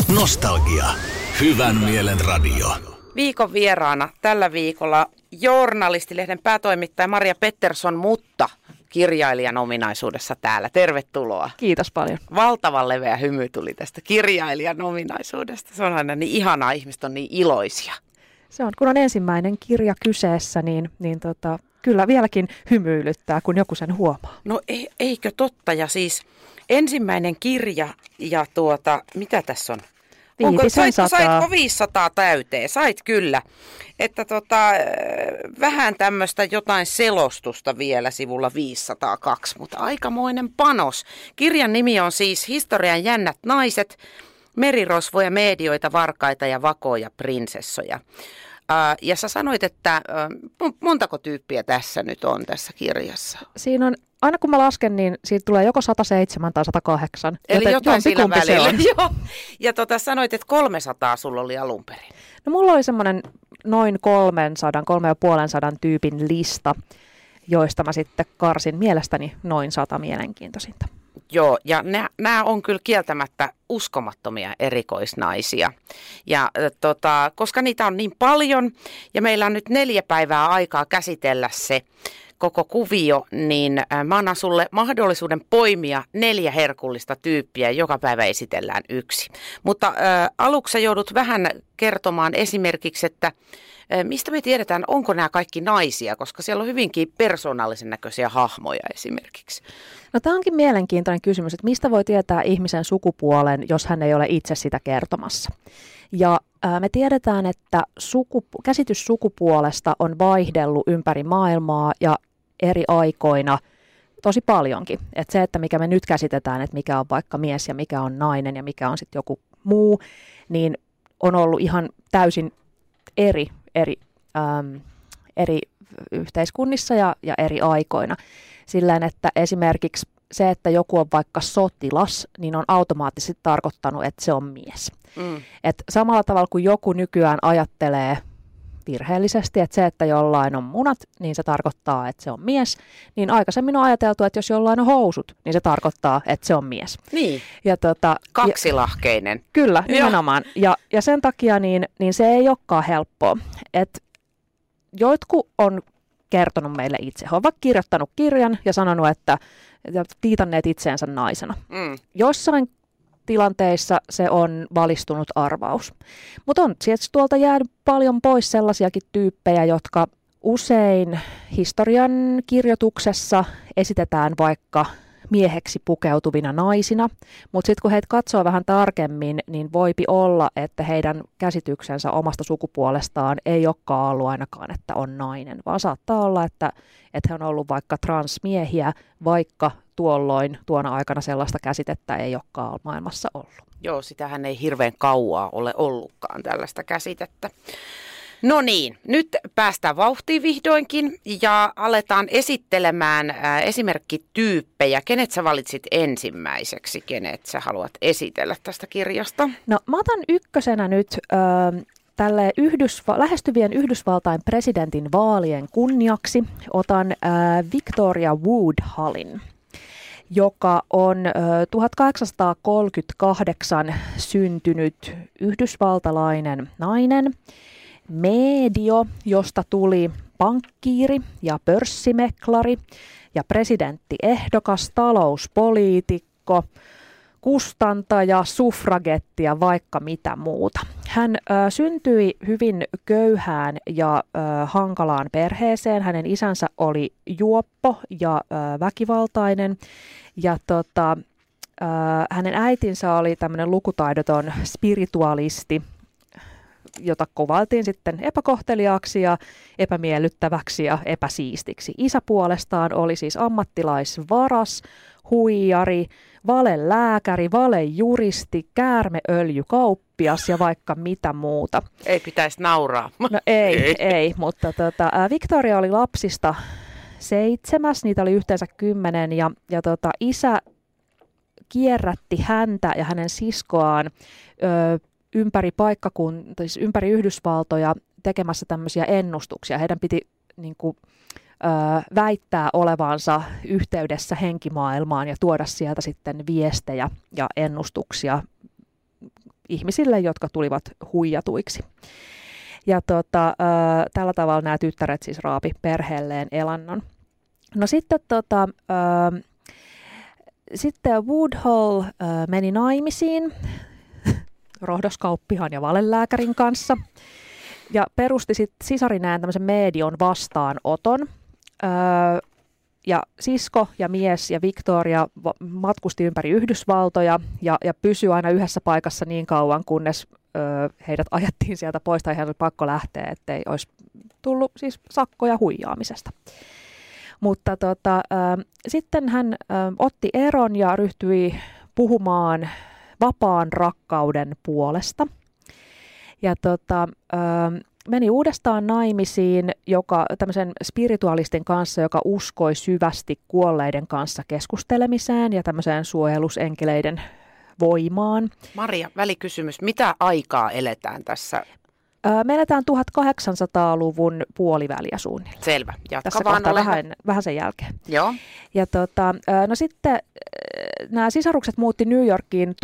Nostalgia. Hyvän mielen radio. Viikon vieraana tällä viikolla Journalistilehden päätoimittaja Maria Pettersson, mutta kirjailijan ominaisuudessa täällä. Tervetuloa. Kiitos paljon. Valtavan leveä hymy tuli tästä kirjailijan ominaisuudesta. Se on aina niin ihanaa, ihmiset on niin iloisia. Se on, kun on ensimmäinen kirja kyseessä, niin kyllä vieläkin hymyilyttää, kun joku sen huomaa. No eikö totta, ja siis ensimmäinen kirja ja mitä tässä on? Saitko 500 täyteen? Sait kyllä. Että vähän tämmöistä jotain selostusta vielä sivulla 502, mutta aikamoinen panos. Kirjan nimi on siis Historian jännät naiset, merirosvoja, medioita, varkaita ja vakoja prinsessoja. Ja sä sanoit, että montako tyyppiä tässä nyt on tässä kirjassa? Siinä on, aina kun mä lasken, niin siitä tulee joko 107 tai 108. Eli jotain sillä välillä. Joo. Ja sanoit, että 300 sulla oli alun perin. No mulla oli semmoinen noin 300 tyypin lista, joista mä sitten karsin mielestäni noin 100 mielenkiintoisinta. Joo, ja nämä on kyllä kieltämättä uskomattomia erikoisnaisia. Ja koska niitä on niin paljon ja meillä on nyt 4 päivää aikaa käsitellä se koko kuvio, niin mä annan sulle mahdollisuuden poimia 4 herkullista tyyppiä, joka päivä esitellään 1. Mutta aluksi joudut vähän kertomaan esimerkiksi, että mistä me tiedetään, onko nämä kaikki naisia, koska siellä on hyvinkin persoonallisen näköisiä hahmoja esimerkiksi. No tämä onkin mielenkiintoinen kysymys, että mistä voi tietää ihmisen sukupuolen, jos hän ei ole itse sitä kertomassa. Ja me tiedetään, että käsitys sukupuolesta on vaihdellut ympäri maailmaa ja eri aikoina tosi paljonkin. Että se, että mikä me nyt käsitetään, että mikä on vaikka mies ja mikä on nainen ja mikä on sitten joku muu, niin on ollut ihan täysin eri yhteiskunnissa ja eri aikoina. Sillään, että esimerkiksi se, että joku on vaikka sotilas, niin on automaattisesti tarkoittanut, että se on mies. Et samalla tavalla kuin joku nykyään ajattelee virheellisesti, että se, että jollain on munat, niin se tarkoittaa, että se on mies. Niin aikaisemmin on ajateltu, että jos jollain on housut, niin se tarkoittaa, että se on mies. Niin, ja kaksilahkeinen. Kyllä, nimenomaan. Ja sen takia niin se ei olekaan helppoa. Että jotkut on kertonut meille itse. He ovat kirjoittanut kirjan ja sanonut, että tiitanneet itseensä naisena. Jossain tilanteissa se on valistunut arvaus. Mutta on tuolta jäänyt paljon pois sellaisiakin tyyppejä, jotka usein historian kirjoituksessa esitetään vaikka mieheksi pukeutuvina naisina, mutta sitten kun heitä katsoo vähän tarkemmin, niin voipi olla, että heidän käsityksensä omasta sukupuolestaan ei olekaan ollut ainakaan, että on nainen, vaan saattaa olla, että he on ollut vaikka transmiehiä, vaikka tuona aikana sellaista käsitettä ei olekaan maailmassa ollut. Joo, sitähän ei hirveän kauaa ole ollutkaan tällaista käsitettä. No niin, nyt päästään vauhtiin vihdoinkin ja aletaan esittelemään esimerkkityyppejä. Kenet sä valitsit ensimmäiseksi? Kenet sä haluat esitellä tästä kirjasta? No mä otan ykkösenä nyt tälle lähestyvien Yhdysvaltain presidentin vaalien kunniaksi. Otan Victoria Woodhullin, joka on 1838 syntynyt yhdysvaltalainen nainen. Medio, josta tuli pankkiiri ja pörssimeklari ja presidenttiehdokas, talouspoliitikko, kustantaja, suffragetti ja vaikka mitä muuta. Hän syntyi hyvin köyhään ja hankalaan perheeseen. Hänen isänsä oli juoppo ja väkivaltainen ja hänen äitinsä oli tämmöinen lukutaidoton spiritualisti, jota kuvailtiin sitten epäkohteliaaksi ja epämiellyttäväksi ja epäsiistiksi. Isä puolestaan oli siis ammattilaisvaras, huijari, valelääkäri, valejuristi, käärmeöljykauppias ja vaikka mitä muuta. Ei pitäisi nauraa. No ei, mutta Victoria oli lapsista 7, niitä oli yhteensä 10 ja isä kierrätti häntä ja hänen siskoaan ympäri Yhdysvaltoja tekemässä tämmöisiä ennustuksia. Heidän piti väittää olevansa yhteydessä henkimaailmaan ja tuoda sieltä sitten viestejä ja ennustuksia ihmisille, jotka tulivat huijatuiksi. Ja tällä tavalla nämä tyttäret siis raapi perheelleen elannon. No sitten Woodhull meni naimisiin rohdoskauppiaan ja valelääkärin kanssa ja perusti sitten sisarineen tämmöisen Medion vastaanoton. Ja sisko ja mies ja Victoria matkusti ympäri Yhdysvaltoja ja pysyi aina yhdessä paikassa niin kauan, kunnes heidät ajettiin sieltä pois tai heillä oli pakko lähteä, ettei olisi tullut siis sakkoja huijaamisesta. Mutta sitten hän otti eron ja ryhtyi puhumaan vapaan rakkauden puolesta. Ja meni uudestaan naimisiin tämmöisen spiritualistin kanssa, joka uskoi syvästi kuolleiden kanssa keskustelemiseen ja tämmöiseen suojelusenkeleiden voimaan. Maria, välikysymys. Mitä aikaa eletään tässä? Me eletään 1800-luvun puoliväliä suunnilleen. Selvä. Jatka tässä vaan vähän sen jälkeen. Joo. Ja no sitten nämä sisarukset muutti New Yorkiin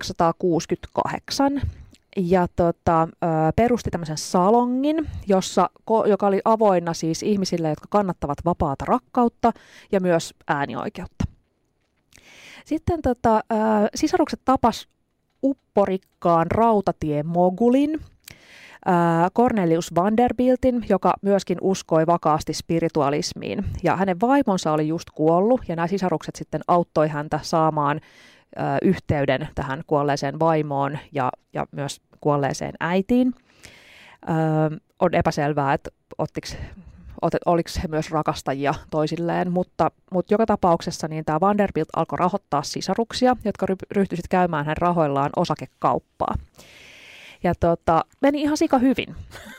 1868 ja perusti tämmöisen salongin, joka oli avoinna siis ihmisille, jotka kannattavat vapaata rakkautta ja myös äänioikeutta. Sitten sisarukset tapas upporikkaan rautatiemogulin, Cornelius Vanderbiltin, joka myöskin uskoi vakaasti spiritualismiin. Ja hänen vaimonsa oli just kuollut, ja nämä sisarukset sitten auttoi häntä saamaan yhteyden tähän kuolleeseen vaimoon ja myös kuolleeseen äitiin. On epäselvää, että oliko he myös rakastajia toisilleen, mutta joka tapauksessa niin tämä Vanderbilt alkoi rahoittaa sisaruksia, jotka ryhtyivät käymään hänen rahoillaan osakekauppaa. Ja meni ihan sika hyvin.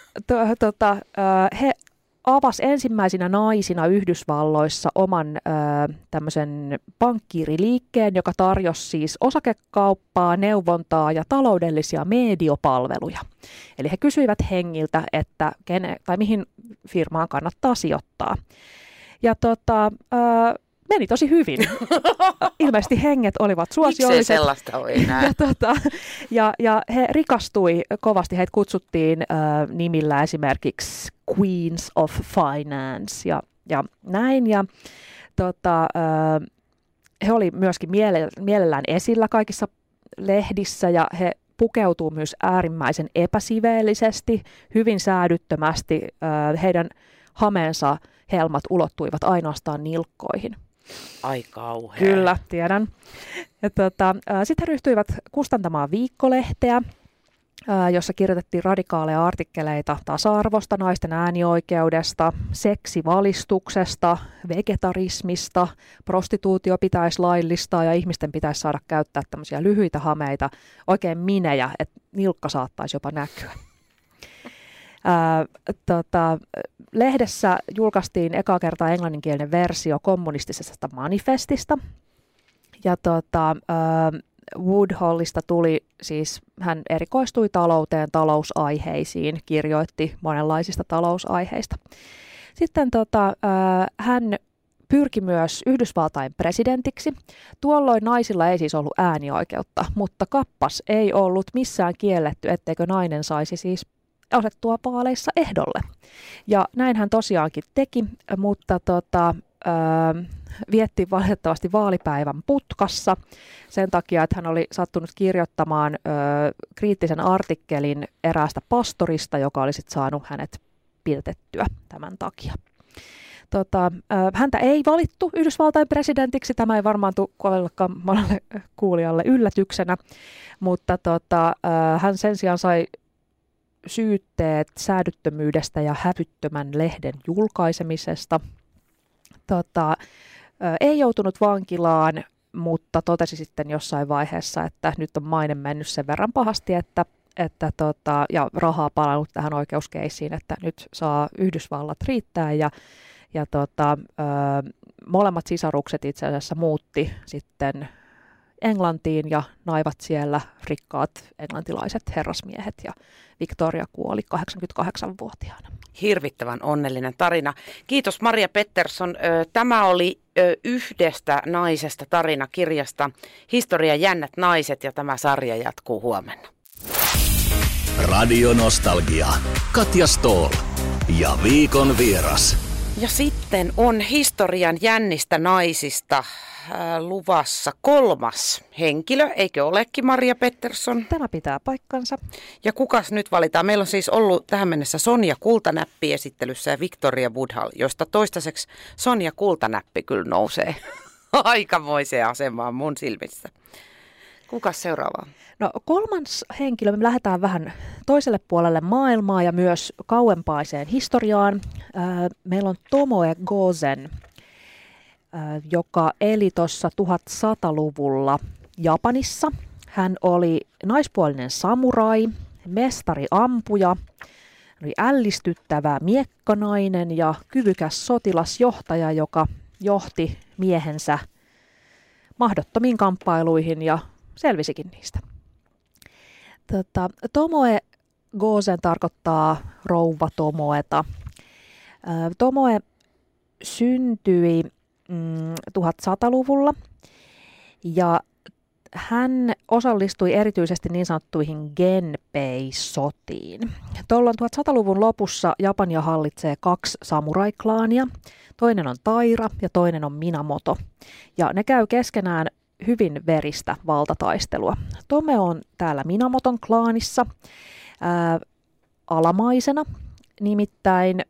He avasi ensimmäisinä naisina Yhdysvalloissa oman tämmöisen pankkiiriliikkeen, joka tarjosi siis osakekauppaa, neuvontaa ja taloudellisia mediopalveluja. Eli he kysyivät hengiltä, että mihin firmaan kannattaa sijoittaa. Ja meni tosi hyvin. Ilmeisesti henget olivat suosiolliset. Miksei sellaista ole enää? Ja he rikastui kovasti. Heitä kutsuttiin nimillä esimerkiksi Queens of Finance ja näin. Ja he oli myöskin mielellään esillä kaikissa lehdissä ja he pukeutuu myös äärimmäisen epäsiveellisesti, hyvin säädyttömästi. Heidän hameensa helmat ulottuivat ainoastaan nilkkoihin. Ai kauhea. Kyllä, tiedän. Sitten he ryhtyivät kustantamaan viikkolehteä, jossa kirjoitettiin radikaaleja artikkeleita tasa-arvosta, naisten äänioikeudesta, seksivalistuksesta, vegetarismista, prostituutio pitäisi laillistaa ja ihmisten pitäisi saada käyttää tämmöisiä lyhyitä hameita, oikein minejä, että nilkka saattaisi jopa näkyä. Lehdessä julkaistiin ekaa kertaa englanninkielinen versio kommunistisesta manifestista. Ja Woodhullista tuli siis, hän erikoistui talouteen, talousaiheisiin, kirjoitti monenlaisista talousaiheista. Sitten hän pyrki myös Yhdysvaltain presidentiksi. Tuolloin naisilla ei siis ollut äänioikeutta, mutta kappas ei ollut missään kielletty, etteikö nainen saisi siis asettua vaaleissa ehdolle. Ja näin hän tosiaankin teki, mutta vietti valitettavasti vaalipäivän putkassa sen takia, että hän oli sattunut kirjoittamaan kriittisen artikkelin eräästä pastorista, joka oli sitten saanut hänet pidätettyä tämän takia. Häntä ei valittu Yhdysvaltain presidentiksi, tämä ei varmaan tule monelle kuulijalle yllätyksenä, mutta hän sen sijaan sai syytteet säädyttömyydestä ja hävyttömän lehden julkaisemisesta. Ei joutunut vankilaan, mutta totesi sitten jossain vaiheessa, että nyt on maine mennyt sen verran pahasti, ja rahaa palannut tähän oikeuskeissiin, että nyt saa Yhdysvallat riittää. Ja molemmat sisarukset itse asiassa muutti sitten Englantiin ja naivat siellä rikkaat englantilaiset herrasmiehet ja Victoria kuoli 88-vuotiaana. Hirvittävän onnellinen tarina. Kiitos Maria Pettersson. Tämä oli yhdestä naisesta tarinakirjasta Historian jännät naiset ja tämä sarja jatkuu huomenna. Radio Nostalgia. Katja Stoll ja viikon vieras. Ja sitten on historian jännistä naisista luvassa 3. henkilö, eikö olekin Maria Pettersson? Tämä pitää paikkansa. Ja kukas nyt valitaan? Meillä on siis ollut tähän mennessä Sonja Kultanäppi esittelyssä ja Victoria Woodhull, josta toistaiseksi Sonja Kultanäppi kyllä nousee aikamoiseen asemaan mun silmissä. Kukas seuraava? No 3. henkilö, me lähdetään vähän toiselle puolelle maailmaa ja myös kauempaiseen historiaan. Meillä on Tomoe Gozen, joka eli tuossa 1100-luvulla Japanissa. Hän oli naispuolinen samurai, mestariampuja, oli ällistyttävä miekkanainen ja kyvykäs sotilasjohtaja, joka johti miehensä mahdottomiin kamppailuihin ja selvisikin niistä. Tomoe Gozen tarkoittaa rouva Tomoeta. Tomoe syntyi 1100-luvulla ja hän osallistui erityisesti niin sanottuihin Genpei-sotiin. Tuolloin 1100-luvun lopussa Japania hallitsee 2 samuraiklaania. Toinen on Taira ja toinen on Minamoto. Ja ne käy keskenään hyvin veristä valtataistelua. Tome on täällä Minamoton klaanissa alamaisena. Nimittäin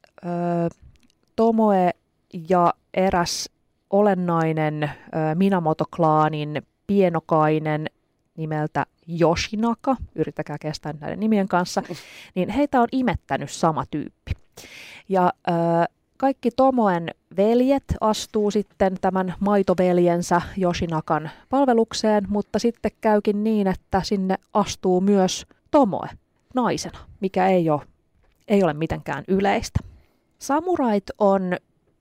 Tomoe ja eräs olennainen Minamoto-klaanin pienokainen nimeltä Yoshinaka, yrittäkää kestää näiden nimien kanssa, niin heitä on imettänyt sama tyyppi. Ja kaikki Tomoen veljet astuu sitten tämän maitoveljensä Yoshinakan palvelukseen, mutta sitten käykin niin, että sinne astuu myös Tomoe naisena, mikä ei ole mitenkään yleistä. Samurait on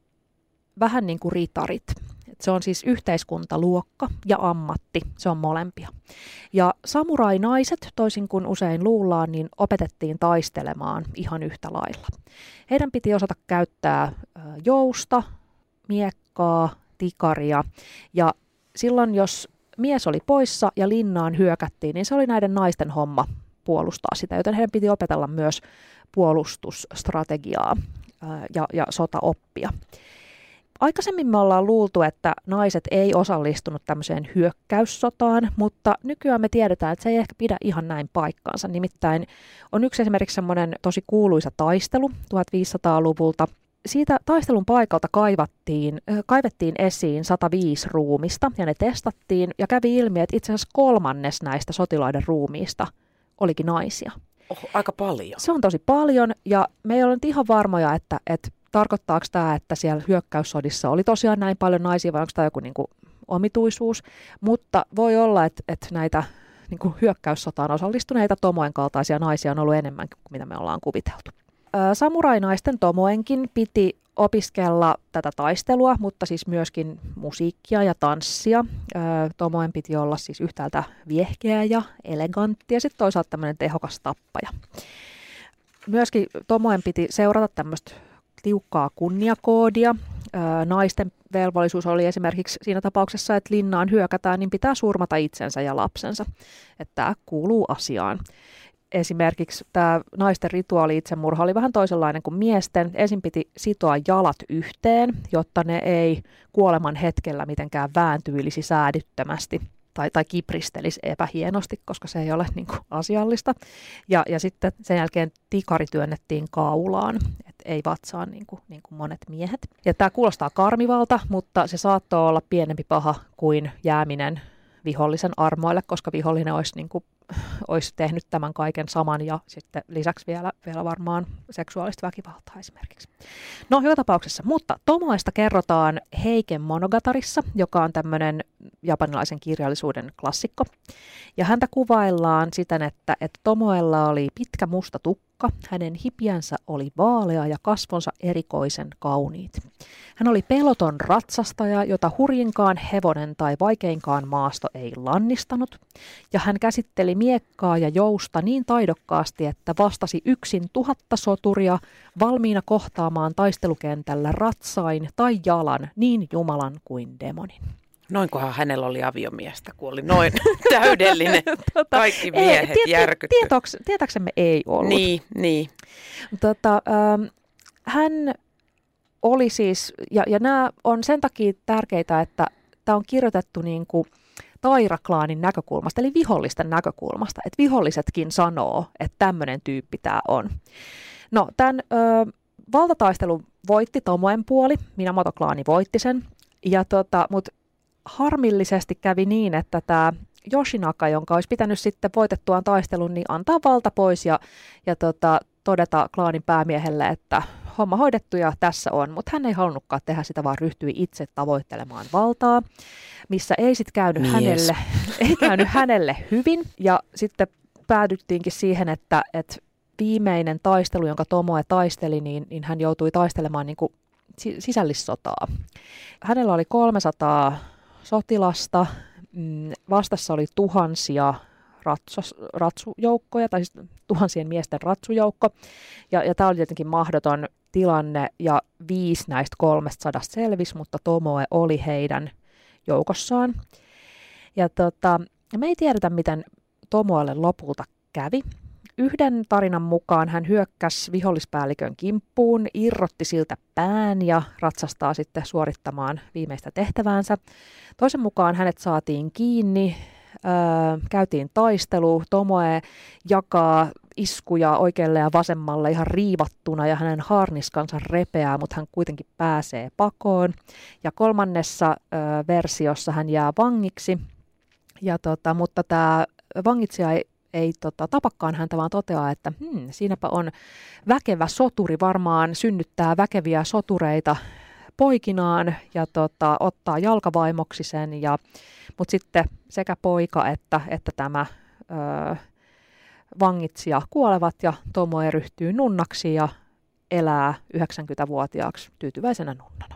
vähän niin kuin ritarit. Se on siis yhteiskuntaluokka ja ammatti, se on molempia. Ja samurai-naiset, toisin kuin usein luullaan, niin opetettiin taistelemaan ihan yhtä lailla. Heidän piti osata käyttää jousta, miekkaa, tikaria ja silloin jos mies oli poissa ja linnaan hyökättiin, niin se oli näiden naisten homma puolustaa sitä, joten heidän piti opetella myös puolustusstrategiaa ja sotaoppia. Aikaisemmin me ollaan luultu, että naiset ei osallistunut tämmöiseen hyökkäyssotaan, mutta nykyään me tiedetään, että se ei ehkä pidä ihan näin paikkaansa. Nimittäin on yksi esimerkiksi semmoinen tosi kuuluisa taistelu 1500-luvulta. Siitä taistelun paikalta kaivettiin esiin 105 ruumista ja ne testattiin ja kävi ilmi, että itse asiassa 1/3 näistä sotilaiden ruumiista olikin naisia. Aika paljon. Se on tosi paljon ja me ei ole nyt ihan varmoja, että tarkoittaako tämä, että siellä hyökkäyssodissa oli tosiaan näin paljon naisia vai onko tämä joku niin kuin omituisuus, mutta voi olla, että näitä niin kuin hyökkäyssotaan osallistuneita Tomoen kaltaisia naisia on ollut enemmän kuin mitä me ollaan kuviteltu. Samurai-naisten Tomoenkin piti opiskella tätä taistelua, mutta siis myöskin musiikkia ja tanssia. Tomoen piti olla siis yhtäältä viehkeä ja elegantti ja sitten toisaalta tämmöinen tehokas tappaja. Myöskin Tomoen piti seurata tämmöistä tiukkaa kunniakoodia. Naisten velvollisuus oli esimerkiksi siinä tapauksessa, että linnaan hyökätään, niin pitää surmata itsensä ja lapsensa. Että tämä kuuluu asiaan. Esimerkiksi tämä naisten rituaali-itsemurha oli vähän toisenlainen kuin miesten. Ensin piti sitoa jalat yhteen, jotta ne ei kuoleman hetkellä mitenkään vääntyilisi säädyttömästi tai kipristelisi epähienosti, koska se ei ole niin kuin asiallista. Ja sitten sen jälkeen tikari työnnettiin kaulaan, että ei vatsaan niin kuin monet miehet. Ja tämä kuulostaa karmivalta, mutta se saattoi olla pienempi paha kuin jääminen vihollisen armoille, koska vihollinen olisi tehnyt tämän kaiken saman ja sitten lisäksi vielä varmaan seksuaalista väkivaltaa esimerkiksi. No joka tapauksessa, mutta Tomoesta kerrotaan Heiken Monogatarissa, joka on tämmöinen japanilaisen kirjallisuuden klassikko. Ja häntä kuvaillaan siten, että Tomoella oli pitkä musta tukka, hänen hipiänsä oli vaalea ja kasvonsa erikoisen kauniit. Hän oli peloton ratsastaja, jota hurjinkaan hevonen tai vaikeinkaan maasto ei lannistanut, ja hän käsitteli miekkaa ja jousta niin taidokkaasti, että vastasi yksin 1000 soturia valmiina kohtaamaan taistelukentällä ratsain tai jalan niin jumalan kuin demonin. Noinkohan hänellä oli aviomiestä, kun oli noin täydellinen. Kaikki miehet järkytty. Tietääksemme ei ollut. Niin. Hän oli siis, ja nämä on sen takia tärkeitä, että tämä on kirjoitettu niin kuin Taira-klaanin näkökulmasta, eli vihollisten näkökulmasta. Että vihollisetkin sanoo, että tämmöinen tyyppi tämä on. No, tämän valtataistelun voitti Tomoen puoli, Minamoto-klaani voitti sen. Mutta harmillisesti kävi niin, että tämä Yoshinaka, jonka olisi pitänyt sitten voitettuaan taistelun, niin antaa valta pois ja todeta klaanin päämiehelle, että homma hoidettu ja tässä on. Mutta hän ei halunnutkaan tehdä sitä, vaan ryhtyi itse tavoittelemaan valtaa, missä ei sitten käynyt hänelle hyvin. Ja sitten päädyttiinkin siihen, että viimeinen taistelu, jonka Tomoe taisteli, niin hän joutui taistelemaan niin kuin sisällissotaa. Hänellä oli 300 sotilasta, vastassa oli tuhansia ratsujoukkoja, tai siis tuhansien miesten ratsujoukko, ja tämä oli tietenkin mahdoton tilanne, ja 5 näistä 300 selvisi, mutta Tomoe oli heidän joukossaan. Ja me ei tiedetä, miten Tomoelle lopulta kävi. Yhden tarinan mukaan hän hyökkäsi vihollispäällikön kimppuun, irrotti siltä pään ja ratsastaa sitten suorittamaan viimeistä tehtäväänsä. Toisen mukaan hänet saatiin kiinni, käytiin taistelu, Tomoe jakaa iskuja oikealle ja vasemmalle ihan riivattuna ja hänen harniskansa repeää, mutta hän kuitenkin pääsee pakoon. Ja kolmannessa versiossa hän jää vangiksi, mutta tämä vangitsija ei tapakkaan häntä, vaan toteaa, että siinäpä on väkevä soturi, varmaan synnyttää väkeviä sotureita poikinaan ja ottaa jalkavaimoksi sen. Mutta sitten sekä poika että tämä vangitsija kuolevat ja Tomoe ryhtyy nunnaksi ja elää 90-vuotiaaksi tyytyväisenä nunnana.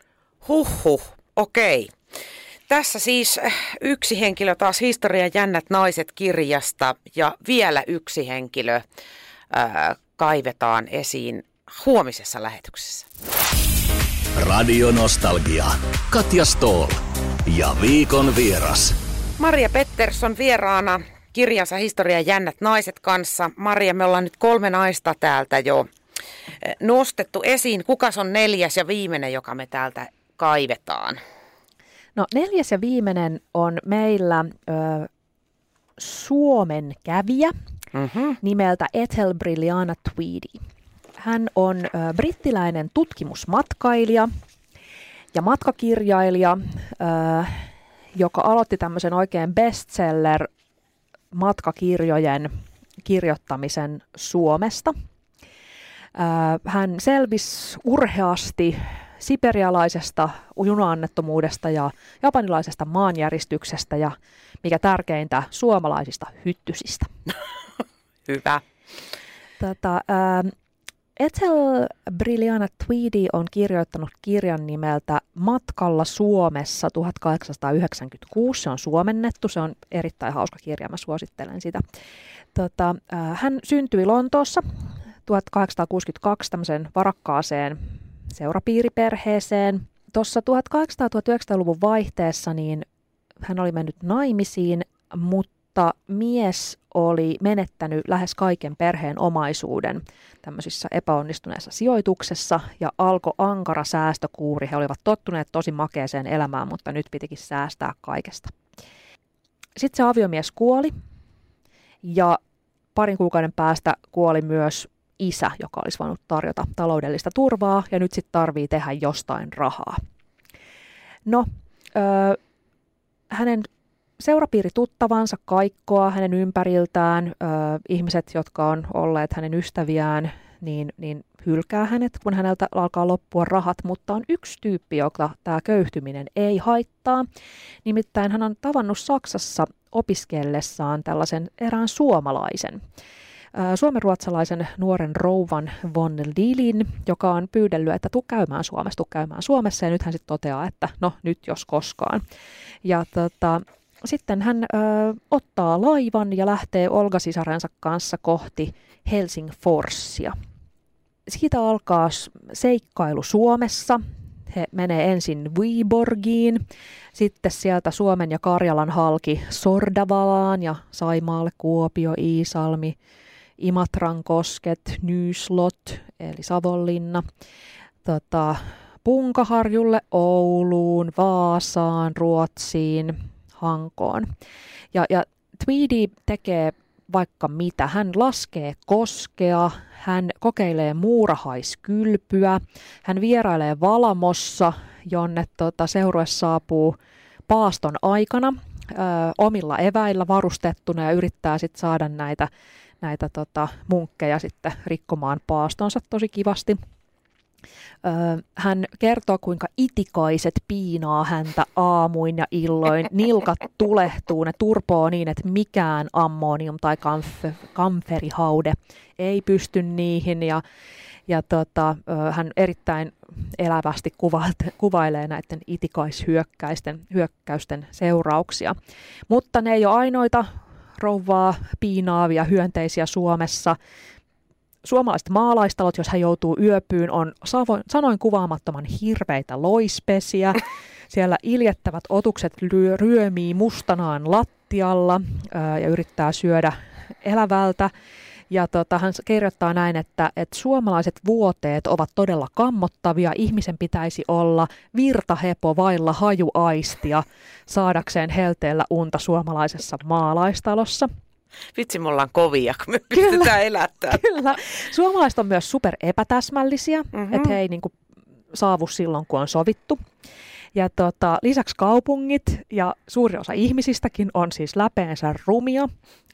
Okei. Tässä siis yksi henkilö taas Historian jännät naiset -kirjasta ja vielä yksi henkilö kaivetaan esiin huomisessa lähetyksessä. Radio Nostalgia. Katja Ståhl ja viikon vieras. Maria Pettersson vieraana kirjansa Historian jännät naiset kanssa. Maria, me ollaan nyt 3 naista täältä jo nostettu esiin. Kukas on 4. ja viimeinen, joka me täältä kaivetaan? No 4. ja viimeinen on meillä Suomen kävijä nimeltä Ethel Brilliana Tweedy. Hän on brittiläinen tutkimusmatkailija ja matkakirjailija, joka aloitti tämmöisen oikein bestseller matkakirjojen kirjoittamisen Suomesta. Hän selvisi urheasti siperialaisesta juna-annettomuudesta ja japanilaisesta maanjäristyksestä ja mikä tärkeintä, suomalaisista hyttysistä. Hyvä. Ethel Brilliana Tweedy on kirjoittanut kirjan nimeltä Matkalla Suomessa 1896. Se on suomennettu, se on erittäin hauska kirja, mä suosittelen sitä. Hän syntyi Lontoossa 1862 tämmöiseen varakkaaseen seurapiiriperheeseen. Tuossa 1800-1900-luvun vaihteessa niin hän oli mennyt naimisiin, mutta mies oli menettänyt lähes kaiken perheen omaisuuden tämmöisissä epäonnistuneessa sijoituksessa ja alkoi ankara säästökuuri. He olivat tottuneet tosi makeeseen elämään, mutta nyt pitikin säästää kaikesta. Sitten se aviomies kuoli ja parin kuukauden päästä kuoli myös isä, joka olisi voinut tarjota taloudellista turvaa ja nyt sitten tarvii tehdä jostain rahaa. No, hänen seurapiirituttavansa kaikkoa hänen ympäriltään, ihmiset, jotka on olleet hänen ystäviään, niin hylkää hänet, kun häneltä alkaa loppua rahat, mutta on yksi tyyppi, joka tämä köyhtyminen ei haittaa. Nimittäin hän on tavannut Saksassa opiskellessaan tällaisen erään suomalaisen, suomenruotsalaisen nuoren rouvan von Lilin, joka on pyydellyt, että tuu käymään Suomessa, ja nyt hän sitten toteaa, että no nyt jos koskaan. Ja sitten hän ottaa laivan ja lähtee Olga-sisarensa kanssa kohti Helsingforsia. Siitä alkaa seikkailu Suomessa. he menee ensin Vyborgiin, sitten sieltä Suomen ja Karjalan halki Sordavalaan ja Saimaalle Kuopio, Iisalmi, Imatran kosket, Nyslot eli Savonlinna, Punkaharjulle, Ouluun, Vaasaan, Ruotsiin, Hankoon. Ja Tweedy tekee vaikka mitä. Hän laskee koskea, hän kokeilee muurahaiskylpyä, hän vierailee Valamossa, jonne seurue saapuu paaston aikana omilla eväillä varustettuna ja yrittää sitten saada näitä munkkeja sitten rikkomaan paastonsa tosi kivasti. Hän kertoo, kuinka itikaiset piinaa häntä aamuin ja illoin. Nilkat tulehtuu, ne turpoo niin, että mikään ammonium- tai kamferihaude ei pysty niihin. Ja hän erittäin elävästi kuvailee näiden itikaishyökkäysten seurauksia. Mutta ne ei ole ainoita rouvaa piinaavia hyönteisiä Suomessa. Suomalaiset maalaistalot, jos hän joutuu yöpyyn, on sanoin kuvaamattoman hirveitä loispesiä. Siellä iljettävät otukset ryömii mustanaan lattialla ja yrittää syödä elävältä. Ja hän kirjoittaa näin, että suomalaiset vuoteet ovat todella kammottavia. Ihmisen pitäisi olla virtahepo vailla hajuaistia saadakseen helteellä unta suomalaisessa maalaistalossa. Vitsi, me ollaan kovia, kun me pystytään elättämään. Kyllä. Suomalaiset on myös super epätäsmällisiä, että he ei saavu silloin, kun on sovittu. Ja lisäksi kaupungit ja suuri osa ihmisistäkin on siis läpeensä rumia.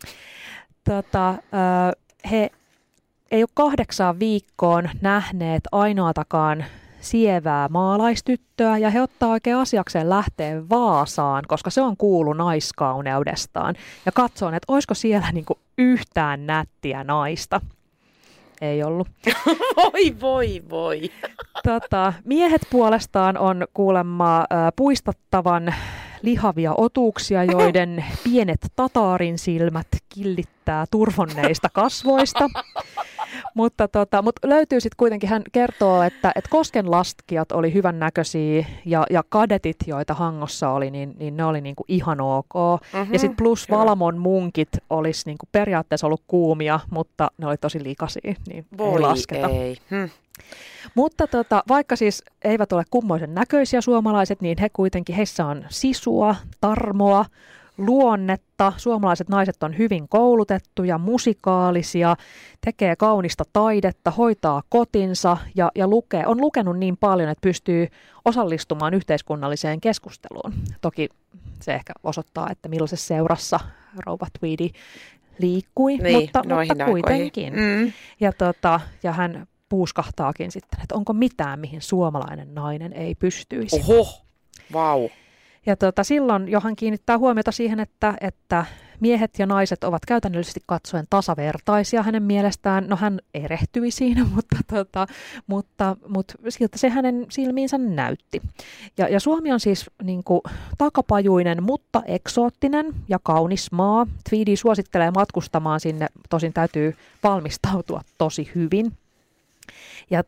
He ei ole 8 viikkoon nähneet ainoatakaan sievää maalaistyttöä ja he ottaa oikein asiakseen lähteä Vaasaan, koska se on kuulu naiskauneudestaan ja katsoo, että olisiko siellä yhtään nättiä naista. Ei ollut. Voi. Miehet puolestaan on kuulemma puistattavan lihavia otuksia, joiden pienet tataarin silmät killittää turvonneista kasvoista. Mutta löytyy sitten kuitenkin, hän kertoo, että koskenlaskijat oli hyvännäköisiä ja kadetit, joita Hangossa oli, niin ne oli ihan ok. Ja sitten plus Valamon munkit olisi periaatteessa ollut kuumia, mutta ne oli tosi likaisia, niin ei lasketa. Mutta vaikka siis eivät ole kummoisen näköisiä suomalaiset, niin heissä on sisua, tarmoa, luonnetta. Suomalaiset naiset on hyvin koulutettuja, musikaalisia, tekee kaunista taidetta, hoitaa kotinsa ja on lukenut niin paljon, että pystyy osallistumaan yhteiskunnalliseen keskusteluun. Toki se ehkä osoittaa, että millaisessa seurassa rouva Tweedy liikkui, mutta kuitenkin. Ja hän puuskahtaakin sitten, että onko mitään, mihin suomalainen nainen ei pystyisi. Oho, vau. Ja silloin Johan kiinnittää huomiota siihen, että miehet ja naiset ovat käytännöllisesti katsoen tasavertaisia hänen mielestään. No hän erehtyi siinä, mutta siltä se hänen silmiinsä näytti. Ja Suomi on siis takapajuinen, mutta eksoottinen ja kaunis maa. Tweedy suosittelee matkustamaan sinne, tosin täytyy valmistautua tosi hyvin. Ja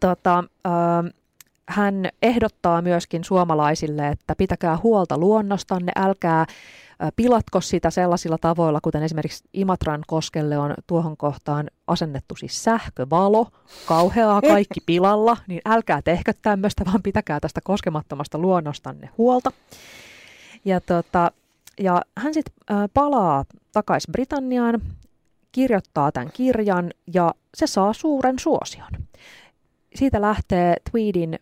hän ehdottaa myöskin suomalaisille, että pitäkää huolta luonnostanne, älkää pilatko sitä sellaisilla tavoilla, kuten esimerkiksi Imatran koskelle on tuohon kohtaan asennettu siis sähkövalo, kauheaa kaikki pilalla, niin älkää tehkö tämmöistä, vaan pitäkää tästä koskemattomasta luonnostanne huolta. Ja hän sitten palaa takaisin Britanniaan, kirjoittaa tämän kirjan ja se saa suuren suosion. Siitä lähtee Tweedyn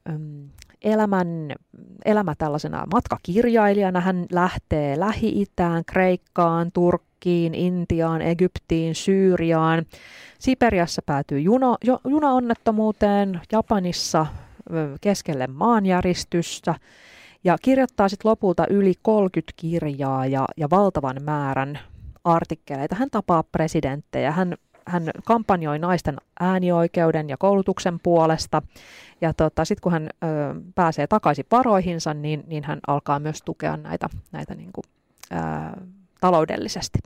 elämä tällaisena matkakirjailijana. Hän lähtee Lähi-Itään, Kreikkaan, Turkkiin, Intiaan, Egyptiin, Syyriaan. Siperiassa päätyy junaonnettomuuteen, Japanissa keskelle maanjäristystä ja kirjoittaa sitten lopulta yli 30 kirjaa ja valtavan määrän artikkeleita. Hän tapaa presidenttejä, hän kampanjoi naisten äänioikeuden ja koulutuksen puolesta. Ja sitten kun hän pääsee takaisin varoihinsa, niin hän alkaa myös tukea näitä taloudellisesti.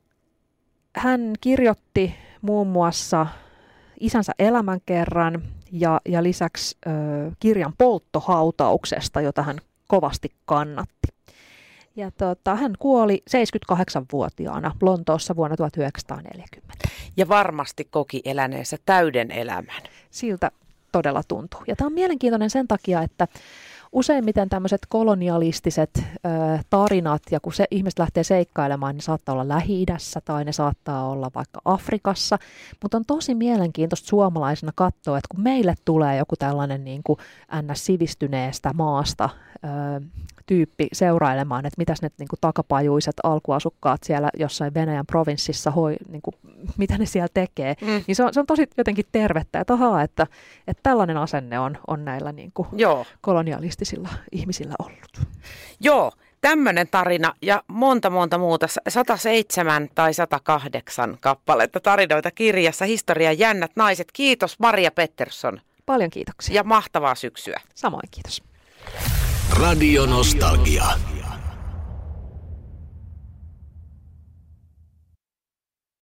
Hän kirjoitti muun muassa isänsä elämänkerran ja lisäksi kirjan polttohautauksesta, jota hän kovasti kannatti. Ja hän kuoli 78-vuotiaana Lontoossa vuonna 1940. Ja varmasti koki eläneensä täyden elämän. Siltä todella tuntuu. Ja tämä on mielenkiintoinen sen takia, että useimmiten tämmöiset kolonialistiset tarinat, ja kun se ihmiset lähtee seikkailemaan, niin saattaa olla Lähi-idässä tai ne saattaa olla vaikka Afrikassa, mutta on tosi mielenkiintoista suomalaisena katsoa, että kun meille tulee joku tällainen niin kuin NS-sivistyneestä maasta tyyppi seurailemaan, että mitäs ne niin kuin takapajuiset alkuasukkaat siellä jossain Venäjän provinssissa, niin kuin, mitä ne siellä tekee, niin se on tosi jotenkin tervettä, että tällainen asenne on näillä niin kuin kolonialistisilla ihmisillä ollut. Joo, tämmöinen tarina ja monta muuta, 107 tai 108 kappaletta tarinoita kirjassa Historian jännät naiset. Kiitos Maria Pettersson. Paljon kiitoksia. Ja mahtavaa syksyä. Samoin kiitos. Radio Nostalgia.